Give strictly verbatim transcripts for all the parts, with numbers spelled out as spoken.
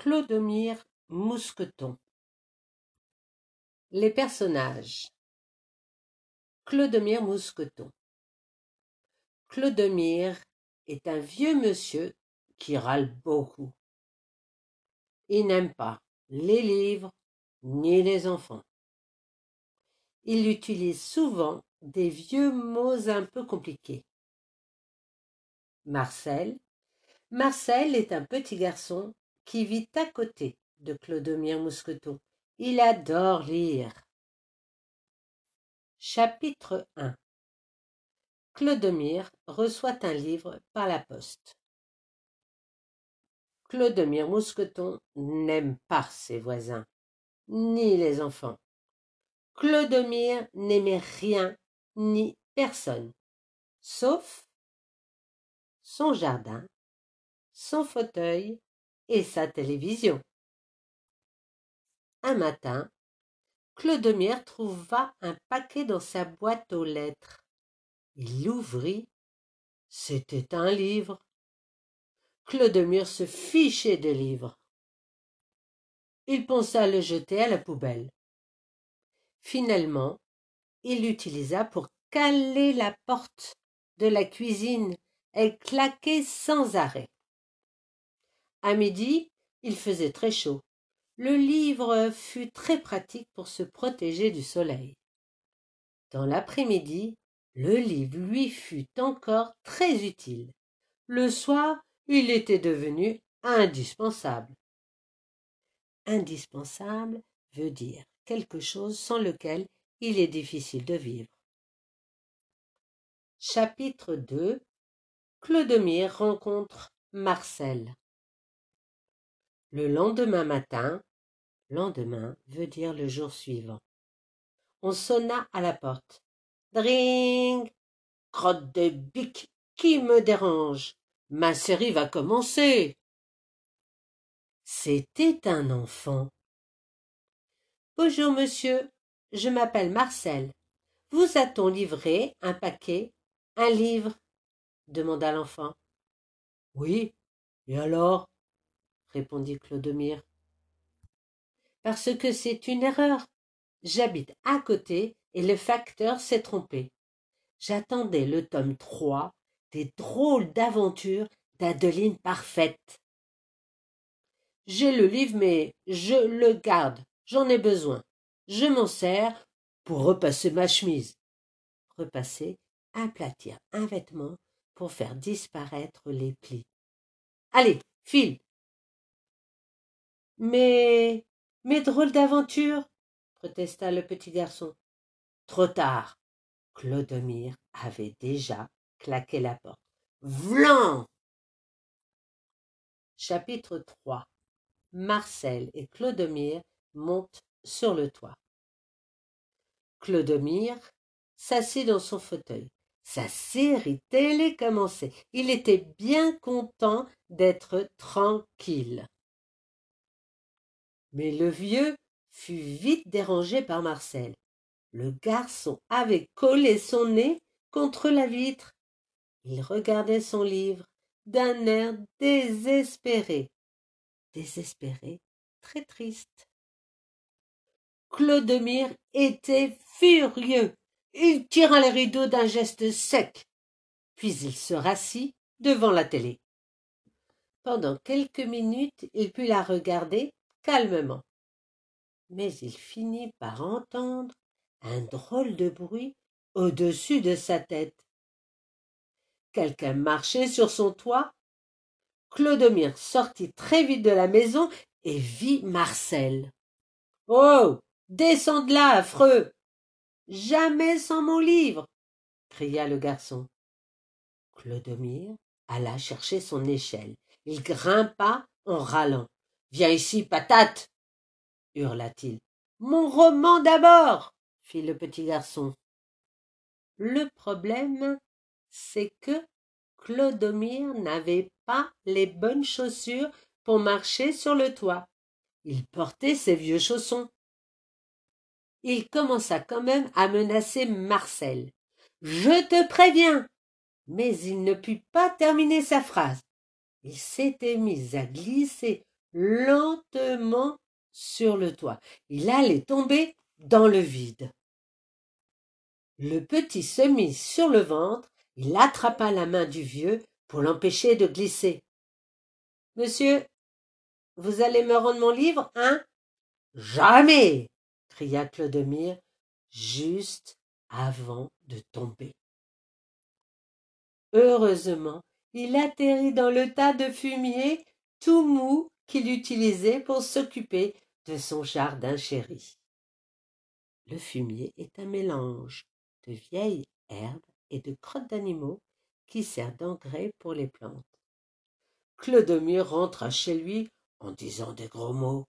Clodomir Mousqueton. Les personnages. Clodomir Mousqueton. Clodomir est un vieux monsieur qui râle beaucoup. Il n'aime pas les livres ni les enfants. Il utilise souvent des vieux mots un peu compliqués. Marcel. Marcel est un petit garçon qui vit à côté de Clodomir Mousqueton. Il adore lire. Chapitre un. Clodomir reçoit un livre par la poste. Clodomir Mousqueton n'aime pas ses voisins, ni les enfants. Clodomir n'aimait rien ni personne, sauf son jardin, son fauteuil et sa télévision. Un matin, Clodomir trouva un paquet dans sa boîte aux lettres. Il l'ouvrit. C'était un livre. Clodomir se fichait des livres. Il pensa le jeter à la poubelle. Finalement, il l'utilisa pour caler la porte de la cuisine. Elle claquait sans arrêt. À midi, il faisait très chaud. Le livre fut très pratique pour se protéger du soleil. Dans l'après-midi, le livre lui fut encore très utile. Le soir, il était devenu indispensable. Indispensable veut dire quelque chose sans lequel il est difficile de vivre. Chapitre deux. Clodomir rencontre Marcel. Le lendemain matin, lendemain veut dire le jour suivant, on sonna à la porte. Dring! Crotte de bique, qui me dérange? Ma série va commencer. C'était un enfant. Bonjour, monsieur, je m'appelle Marcel. Vous a-t-on livré un paquet, un livre? Demanda l'enfant. Oui, et alors? Répondit Clodomir. Parce que c'est une erreur. J'habite à côté et le facteur s'est trompé. J'attendais le tome trois des drôles d'aventures d'Adeline Parfaite. J'ai le livre, mais je le garde. J'en ai besoin. Je m'en sers pour repasser ma chemise. Repasser, aplatir un vêtement pour faire disparaître les plis. Allez, file. Mais, mais drôle d'aventure, protesta le petit garçon. Trop tard. Clodomir avait déjà claqué la porte. Vlan! Chapitre trois. Marcel et Clodomir montent sur le toit. Clodomir s'assit dans son fauteuil. Sa série télé commençait. Il était bien content d'être tranquille. Mais le vieux fut vite dérangé par Marcel. Le garçon avait collé son nez contre la vitre. Il regardait son livre d'un air désespéré. Désespéré, très triste. Clodomir était furieux. Il tira les rideaux d'un geste sec, puis il se rassit devant la télé. Pendant quelques minutes, il put la regarder calmement. Mais il finit par entendre un drôle de bruit au-dessus de sa tête. Quelqu'un marchait sur son toit. Clodomir sortit très vite de la maison et vit Marcel. « Oh, descends de là, affreux! Jamais sans mon livre !» cria le garçon. Clodomir alla chercher son échelle. Il grimpa en râlant. « Viens ici, patate !» hurla-t-il. « Mon roman d'abord !» fit le petit garçon. Le problème, c'est que Clodomir n'avait pas les bonnes chaussures pour marcher sur le toit. Il portait ses vieux chaussons. Il commença quand même à menacer Marcel. « Je te préviens !» Mais il ne put pas terminer sa phrase. Il s'était mis à glisser lentement sur le toit. Il allait tomber dans le vide. Le petit se mit sur le ventre, il attrapa la main du vieux pour l'empêcher de glisser. « Monsieur, vous allez me rendre mon livre, hein ?»« Jamais !» cria Clodomir, juste avant de tomber. Heureusement, il atterrit dans le tas de fumier tout mou qu'il utilisait pour s'occuper de son jardin chéri. Le fumier est un mélange de vieilles herbes et de crottes d'animaux qui sert d'engrais pour les plantes. Clodomir rentra chez lui en disant des gros mots.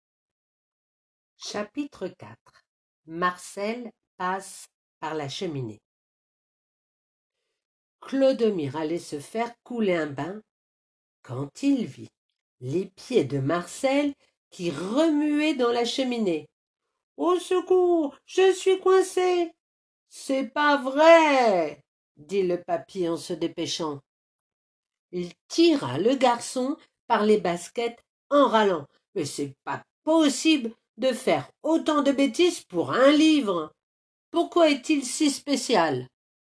Chapitre quatre. Marcel passe par la cheminée. Clodomir allait se faire couler un bain quand il vit les pieds de Marcel qui remuaient dans la cheminée. « Au secours, je suis coincé !»« C'est pas vrai !» dit le papy en se dépêchant. Il tira le garçon par les baskets en râlant. « Mais c'est pas possible de faire autant de bêtises pour un livre. Pourquoi est-il si spécial ?»«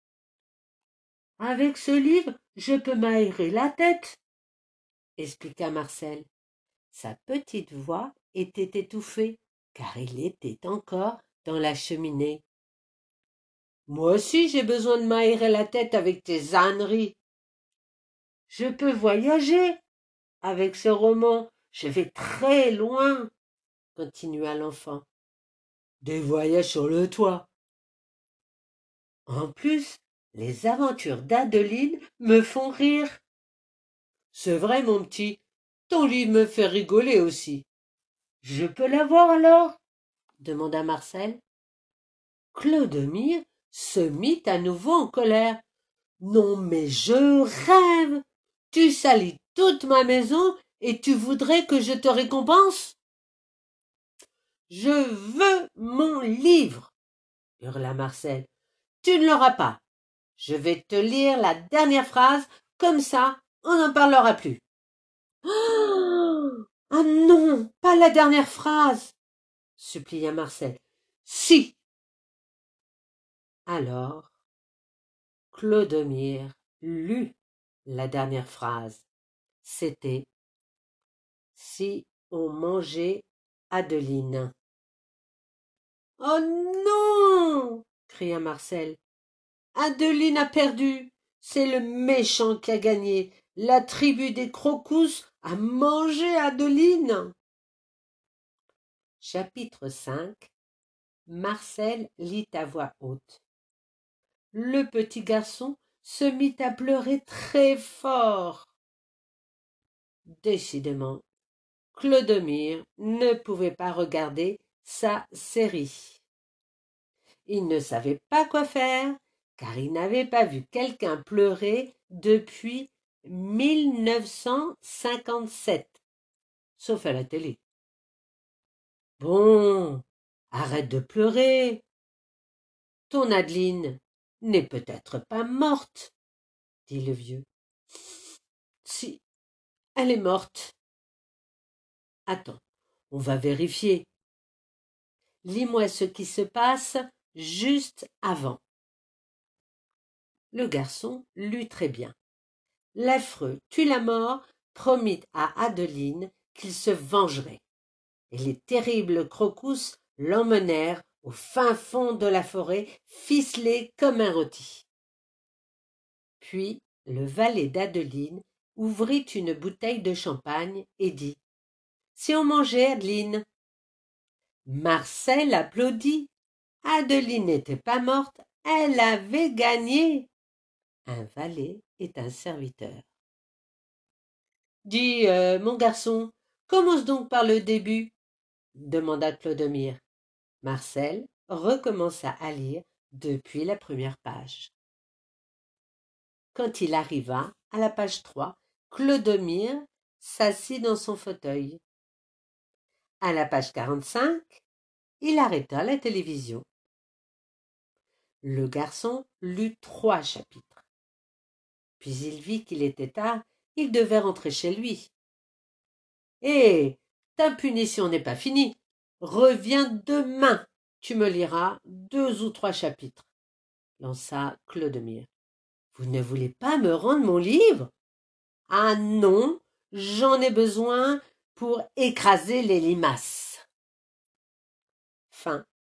Avec ce livre, je peux m'aérer la tête, » expliqua Marcel. Sa petite voix était étouffée, car il était encore dans la cheminée. « Moi aussi j'ai besoin de m'aérer la tête avec tes âneries. Je peux voyager avec ce roman, je vais très loin, » continua l'enfant. « Des voyages sur le toit. En plus, les aventures d'Adeline me font rire. »« C'est vrai, mon petit, ton livre me fait rigoler aussi. »« Je peux l'avoir alors ?» demanda Marcel. Clodomir se mit à nouveau en colère. « Non, mais je rêve! Tu salis toute ma maison et tu voudrais que je te récompense? »« Je veux mon livre !» hurla Marcel. « Tu ne l'auras pas. Je vais te lire la dernière phrase, comme ça on n'en parlera plus. »« Ah non, pas la dernière phrase !» supplia Marcel. « Si !» Alors, Clodomir lut la dernière phrase. C'était « Si on mangeait Adeline ». « Oh non !» cria Marcel. « Adeline a perdu. C'est le méchant qui a gagné. La tribu des Crocus a mangé Adeline. » Chapitre cinq. Marcel lit à voix haute. Le petit garçon se mit à pleurer très fort. Décidément, Clodomir ne pouvait pas regarder sa série. Il ne savait pas quoi faire, car il n'avait pas vu quelqu'un pleurer depuis mille neuf cent cinquante-sept, sauf à la télé. « Bon, arrête de pleurer. Ton Adeline n'est peut-être pas morte, » dit le vieux. « Si, elle est morte. Attends, on va vérifier. Lis-moi ce qui se passe juste avant. » Le garçon lut très bien. L'affreux tue-la-mort promit à Adeline qu'il se vengerait, et les terribles Crocus l'emmenèrent au fin fond de la forêt, ficelé comme un rôti. Puis le valet d'Adeline ouvrit une bouteille de champagne et dit « Si on mangeait Adeline ?» Marcel applaudit. Adeline n'était pas morte, elle avait gagné. Un valet est un serviteur. « Dis, euh, mon garçon, commence donc par le début, » demanda Clodomir. Marcel recommença à lire depuis la première page. Quand il arriva à la page trois, Clodomir s'assit dans son fauteuil. À la page quarante-cinq, il arrêta la télévision. Le garçon lut trois chapitres. Puis il vit qu'il était tard, il devait rentrer chez lui. Eh, ta punition n'est pas finie. Reviens demain, tu me liras deux ou trois chapitres, lança Clodomir. Vous ne voulez pas me rendre mon livre? Ah non, j'en ai besoin pour écraser les limaces. Fin.